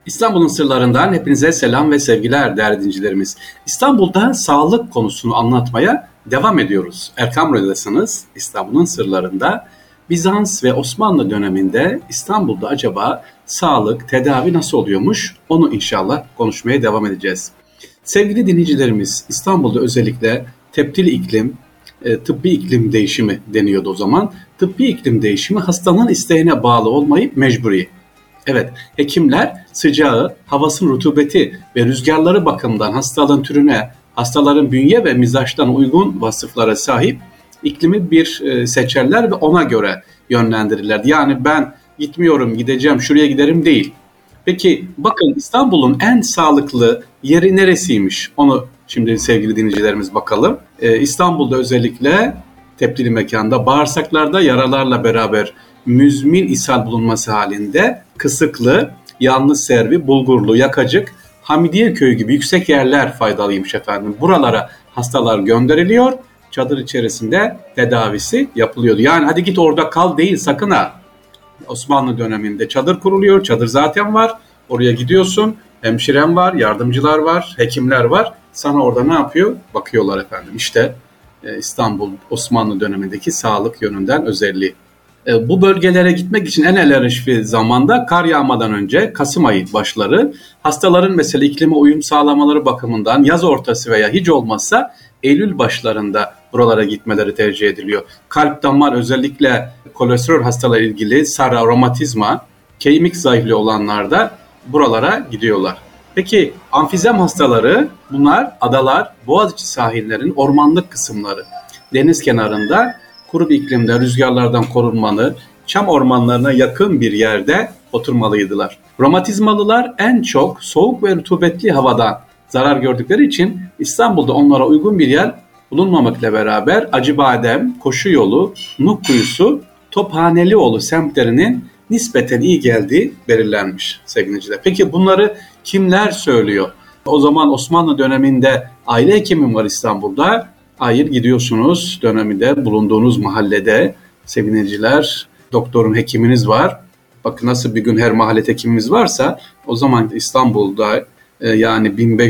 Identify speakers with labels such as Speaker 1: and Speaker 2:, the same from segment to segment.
Speaker 1: İstanbul'un sırlarından hepinize selam ve sevgiler değerli dinleyicilerimiz. İstanbul'da sağlık konusunu anlatmaya devam ediyoruz. Erkam Radyo'dasınız. İstanbul'un sırlarında Bizans ve Osmanlı döneminde İstanbul'da acaba sağlık, tedavi nasıl oluyormuş? Onu inşallah konuşmaya devam edeceğiz. Sevgili dinleyicilerimiz, İstanbul'da özellikle tepdili iklim, tıbbi iklim değişimi deniyordu o zaman. Tıbbi iklim değişimi hastanın isteğine bağlı olmayıp mecburi. Evet, hekimler sıcağı, havasının rutubeti ve rüzgarları bakımından hastalığın türüne, hastaların bünye ve mizaçtan uygun vasıflara sahip iklimi bir seçerler ve ona göre yönlendirirler. Yani ben gitmiyorum, gideceğim, şuraya giderim değil. Peki bakın İstanbul'un en sağlıklı yeri neresiymiş? Onu şimdi sevgili dinleyicilerimiz bakalım. İstanbul'da özellikle tepdili mekanda bağırsaklarda yaralarla beraber müzmin ishal bulunması halinde Kısıklı, Yanlıservi, Bulgurlu, Yakacık, Hamidiye Köyü gibi yüksek yerler faydalıymış efendim. Buralara hastalar gönderiliyor, çadır içerisinde tedavisi yapılıyordu. Yani hadi git orada kal değil sakın ha. Osmanlı döneminde çadır kuruluyor, çadır zaten var. Oraya gidiyorsun, hemşiren var, yardımcılar var, hekimler var. Sana orada ne yapıyor? Bakıyorlar efendim. İşte İstanbul Osmanlı dönemindeki sağlık yönünden özelliği. Bu bölgelere gitmek için en elverişli zamanda kar yağmadan önce Kasım ayı başları, hastaların mesela iklime uyum sağlamaları bakımından yaz ortası veya hiç olmazsa Eylül başlarında buralara gitmeleri tercih ediliyor. Kalp damar özellikle kolesterol hastalarıyla ilgili SARA, romatizma, kemik zayıflığı olanlar da buralara gidiyorlar. Peki amfizem hastaları bunlar adalar, Boğaziçi sahillerin ormanlık kısımları, deniz kenarında kuru bir iklimde rüzgarlardan korunmalı, çam ormanlarına yakın bir yerde oturmalıydılar. Romatizmalılar en çok soğuk ve rutubetli havadan zarar gördükleri için İstanbul'da onlara uygun bir yer bulunmamakla beraber Acıbadem, Koşuyolu, Nuh Kuyusu, Tophanelioğlu semtlerinin nispeten iyi geldiği belirlenmiş sevgili dinleyiciler. Peki bunları kimler söylüyor? O zaman Osmanlı döneminde aile hekimi var İstanbul'da. Hayır, gidiyorsunuz döneminde bulunduğunuz mahallede sevgili dinleyiciler, doktorun hekiminiz var. Bakın nasıl bir gün her mahalle hekimimiz varsa o zaman İstanbul'da yani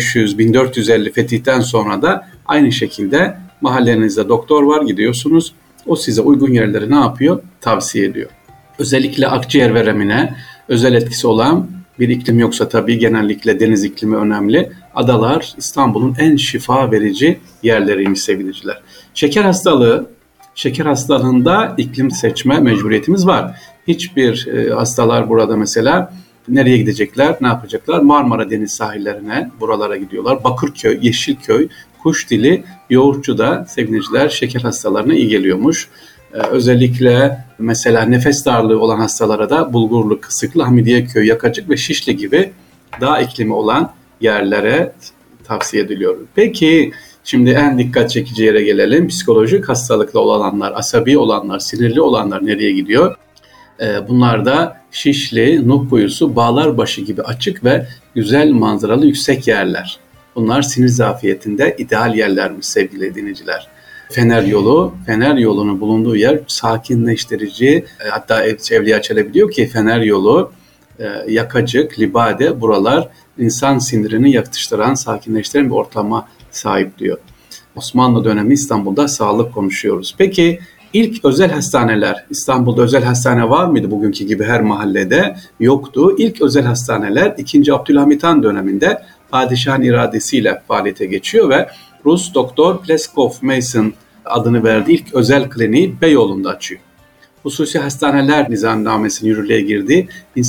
Speaker 1: 1500-1450 fetihten sonra da aynı şekilde mahallenizde doktor var, gidiyorsunuz. O size uygun yerleri ne yapıyor? Tavsiye ediyor. Özellikle akciğer veremine özel etkisi olan bir iklim yoksa tabii genellikle deniz iklimi önemli. Adalar İstanbul'un en şifa verici yerleriymiş sevgiliciler. Şeker hastalığında iklim seçme mecburiyetimiz var. Hiçbir hastalar burada mesela nereye gidecekler, ne yapacaklar? Marmara Deniz sahillerine, buralara gidiyorlar. Bakırköy, Yeşilköy, Kuşdili, Yoğurtçu'da sevgiliciler şeker hastalarına iyi geliyormuş. Özellikle mesela nefes darlığı olan hastalara da Bulgurlu, Kısıklı, Hamidiyeköy, Yakacık ve Şişli gibi dağ iklimi olan yerlere tavsiye ediliyor. Peki şimdi en dikkat çekici yere gelelim. Psikolojik hastalıklı olanlar, asabi olanlar, sinirli olanlar nereye gidiyor? Bunlar da Şişli, Nuh Kuyusu, Bağlarbaşı gibi açık ve güzel manzaralı yüksek yerler. Bunlar sinir zafiyetinde ideal yerlermiş sevgili dinleyiciler. Fener yolunun bulunduğu yer sakinleştirici, hatta Evliya Çelebi diyor ki Fener yolu, Yakacık, Libade buralar insan sinirini yatıştıran, sakinleştiren bir ortama sahip diyor. Osmanlı dönemi İstanbul'da sağlık konuşuyoruz. Peki ilk özel hastaneler, İstanbul'da özel hastane var mıydı bugünkü gibi her mahallede? Yoktu. İlk özel hastaneler 2. Abdülhamit Han döneminde padişahın iradesiyle faaliyete geçiyor ve Rus doktor Pleskov Mason adını verdiği ilk özel kliniği Beyoğlu'nda açıyor. Hususi hastaneler nizamnamesinin yürürlüğe girdiği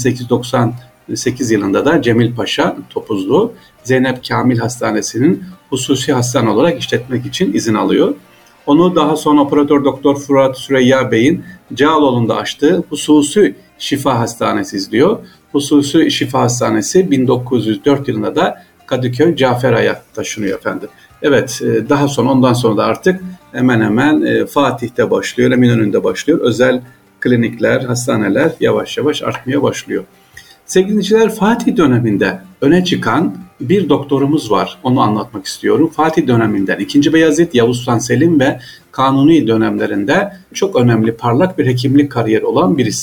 Speaker 1: 1898 yılında da Cemil Paşa Topuzlu Zeynep Kamil Hastanesi'nin hususi hastane olarak işletmek için izin alıyor. Onu daha sonra Operatör Doktor Fırat Süreyya Bey'in Cağaloğlu'nda açtığı Hususi Şifa Hastanesi izliyor. Hususi Şifa Hastanesi 1904 yılında da Kadıköy Caferay'a taşınıyor efendim. Evet, daha sonra ondan sonra da artık hemen hemen Fatih'te başlıyor, Eminönü'nde başlıyor. Özel klinikler, hastaneler yavaş yavaş artmaya başlıyor. Sevgili dinleyiciler, Fatih döneminde öne çıkan bir doktorumuz var. Onu anlatmak istiyorum. Fatih döneminden 2. Beyazıt, Yavuz Sultan Selim ve Kanuni dönemlerinde çok önemli parlak bir hekimlik kariyeri olan birisi.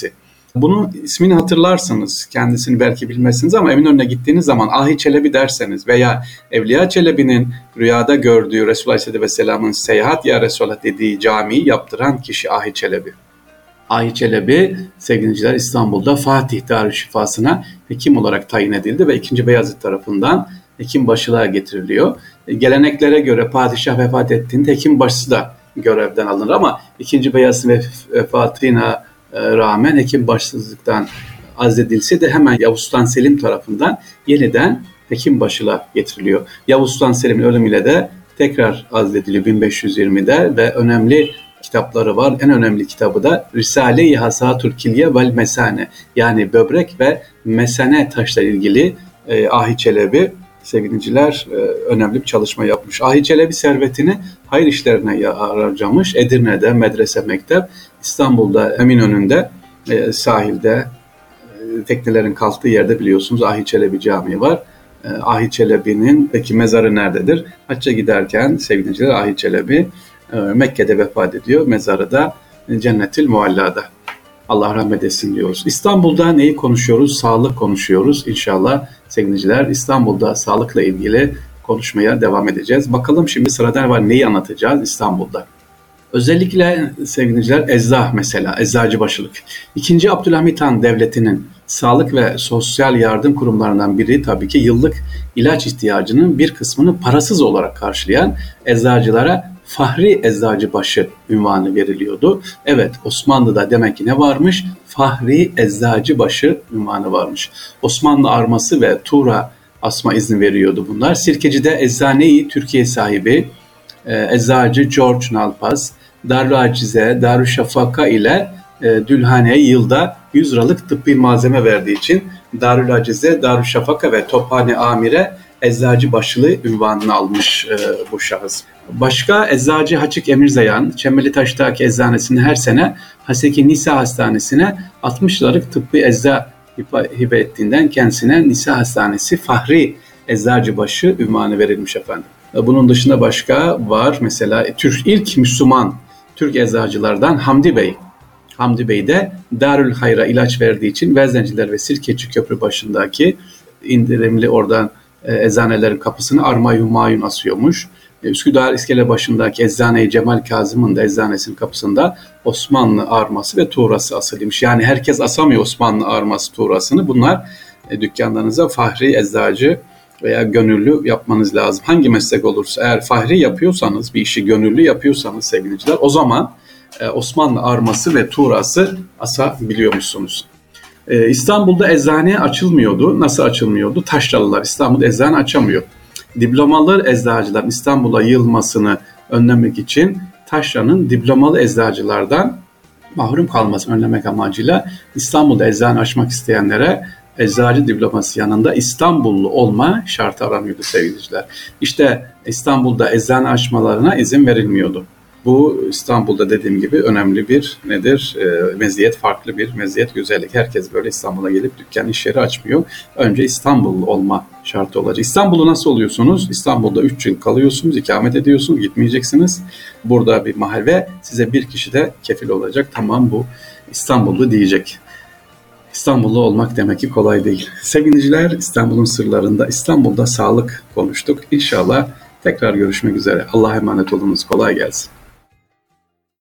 Speaker 1: Bunun ismini hatırlarsınız, kendisini belki bilmezsiniz ama Eminönü'ne gittiğiniz zaman Ahi Çelebi derseniz veya Evliya Çelebi'nin rüyada gördüğü Resulullah Aleyhisselatü Vesselam'ın seyahat ya Resulullah dediği camiyi yaptıran kişi Ahi Çelebi. Ahi Çelebi sevgiliciler İstanbul'da Fatih Darüşşifası'na hekim olarak tayin edildi ve 2. Beyazıt tarafından hekim başılığa getiriliyor. Geleneklere göre padişah vefat ettiğinde hekim başısı da görevden alınır ama 2. Beyazıt'ın vefatına rağmen hekim başsızlıktan azledilse de hemen Yavuz Sultan Selim tarafından yeniden hekim başılığa getiriliyor. Yavuz Sultan Selim'in ölümüyle de tekrar azlediliyor 1520'de ve önemli kitapları var. En önemli kitabı da Risale-i Hasatul Kilye vel Mesane, yani böbrek ve mesane taşla ilgili Ahi Çelebi sevgiliciler önemli bir çalışma yapmış. Ahi Çelebi servetini hayır işlerine harcamış. Edirne'de medrese, mektep, İstanbul'da Eminönü'nde sahilde teknelerin kalktığı yerde biliyorsunuz Ahi Çelebi Camii var. Ahi Çelebi'nin peki mezarı nerededir? Hacca giderken sevgiliciler Ahi Çelebi Mekke'de vefat ediyor. Mezarı da Cennetül Mualla'da. Allah rahmet etsin diyoruz. İstanbul'da neyi konuşuyoruz? Sağlık konuşuyoruz. İnşallah sevgiliciler İstanbul'da sağlıkla ilgili konuşmaya devam edeceğiz. Bakalım şimdi sırada ne var? Neyi anlatacağız İstanbul'da? Özellikle sevgiliciler ecza mesela, eczacıbaşılık. 2. Abdülhamit Han Devleti'nin sağlık ve sosyal yardım kurumlarından biri tabii ki yıllık ilaç ihtiyacının bir kısmını parasız olarak karşılayan eczacılara Fahri Eczacıbaşı unvanı veriliyordu. Evet, Osmanlı'da demek ki ne varmış? Fahri Eczacıbaşı unvanı varmış. Osmanlı arması ve Tuğra asma izni veriyordu bunlar. Sirkeci'de Eczane-i Türkiye sahibi eczacı George Nalpaz, Darülacize, Darüşşafaka ile Dülhane'ye yılda 100 liralık tıbbi malzeme verdiği için Darülacize, Darüşşafaka ve Tophane Amire Eczacıbaşılığı unvanını almış bu şahıs. Başka eczacı Haçık Emirzayan, Çemberlitaş'taki eczanesini her sene Haseki Nisa Hastanesi'ne 60 liralık tıbbi ecza hibe ettiğinden kendisine Nisa Hastanesi Fahri Eczacıbaşı unvanı verilmiş efendim. Bunun dışında başka var. Mesela ilk Müslüman Türk eczacılardan Hamdi Bey. Hamdi Bey de Darül Hayra ilaç verdiği için Vezneciler ve Sirkeci Köprü başındaki indirimli oradan eczanelerin kapısını arma-i humayun asıyormuş. Üsküdar İskele başındaki eczane-i Cemal Kazım'ın da eczanesinin kapısında Osmanlı arması ve tuğrası asılıymış. Yani herkes asamıyor Osmanlı arması tuğrasını. Bunlar dükkanlarınıza fahri eczacı veya gönüllü yapmanız lazım. Hangi meslek olursa eğer fahri yapıyorsanız, bir işi gönüllü yapıyorsanız sevgiliciler, o zaman Osmanlı arması ve tuğrası asabiliyor musunuz? İstanbul'da eczane açılmıyordu. Nasıl açılmıyordu? Taşralılar İstanbul'da eczane açamıyor. Diplomalı eczacıların İstanbul'a yığılmasını önlemek için Taşra'nın diplomalı eczacılardan mahrum kalmasını önlemek amacıyla İstanbul'da eczane açmak isteyenlere eczacı diploması yanında İstanbullu olma şartı aranıyordu sevgiliciler. İşte İstanbul'da eczane açmalarına izin verilmiyordu. Bu İstanbul'da dediğim gibi önemli bir meziyet, farklı bir meziyet, güzellik. Herkes böyle İstanbul'a gelip dükkan, iş yeri açmıyor. Önce İstanbullu olma şartı olacak. İstanbul'u nasıl oluyorsunuz? İstanbul'da 3 yıl kalıyorsunuz, ikamet ediyorsunuz, gitmeyeceksiniz. Burada bir mahalle size bir kişi de kefil olacak. Tamam, bu İstanbullu diyecek. İstanbullu olmak demek ki kolay değil. Sevgiliciler, İstanbul'un sırlarında İstanbul'da sağlık konuştuk. İnşallah tekrar görüşmek üzere. Allah'a emanet olunuz. Kolay gelsin.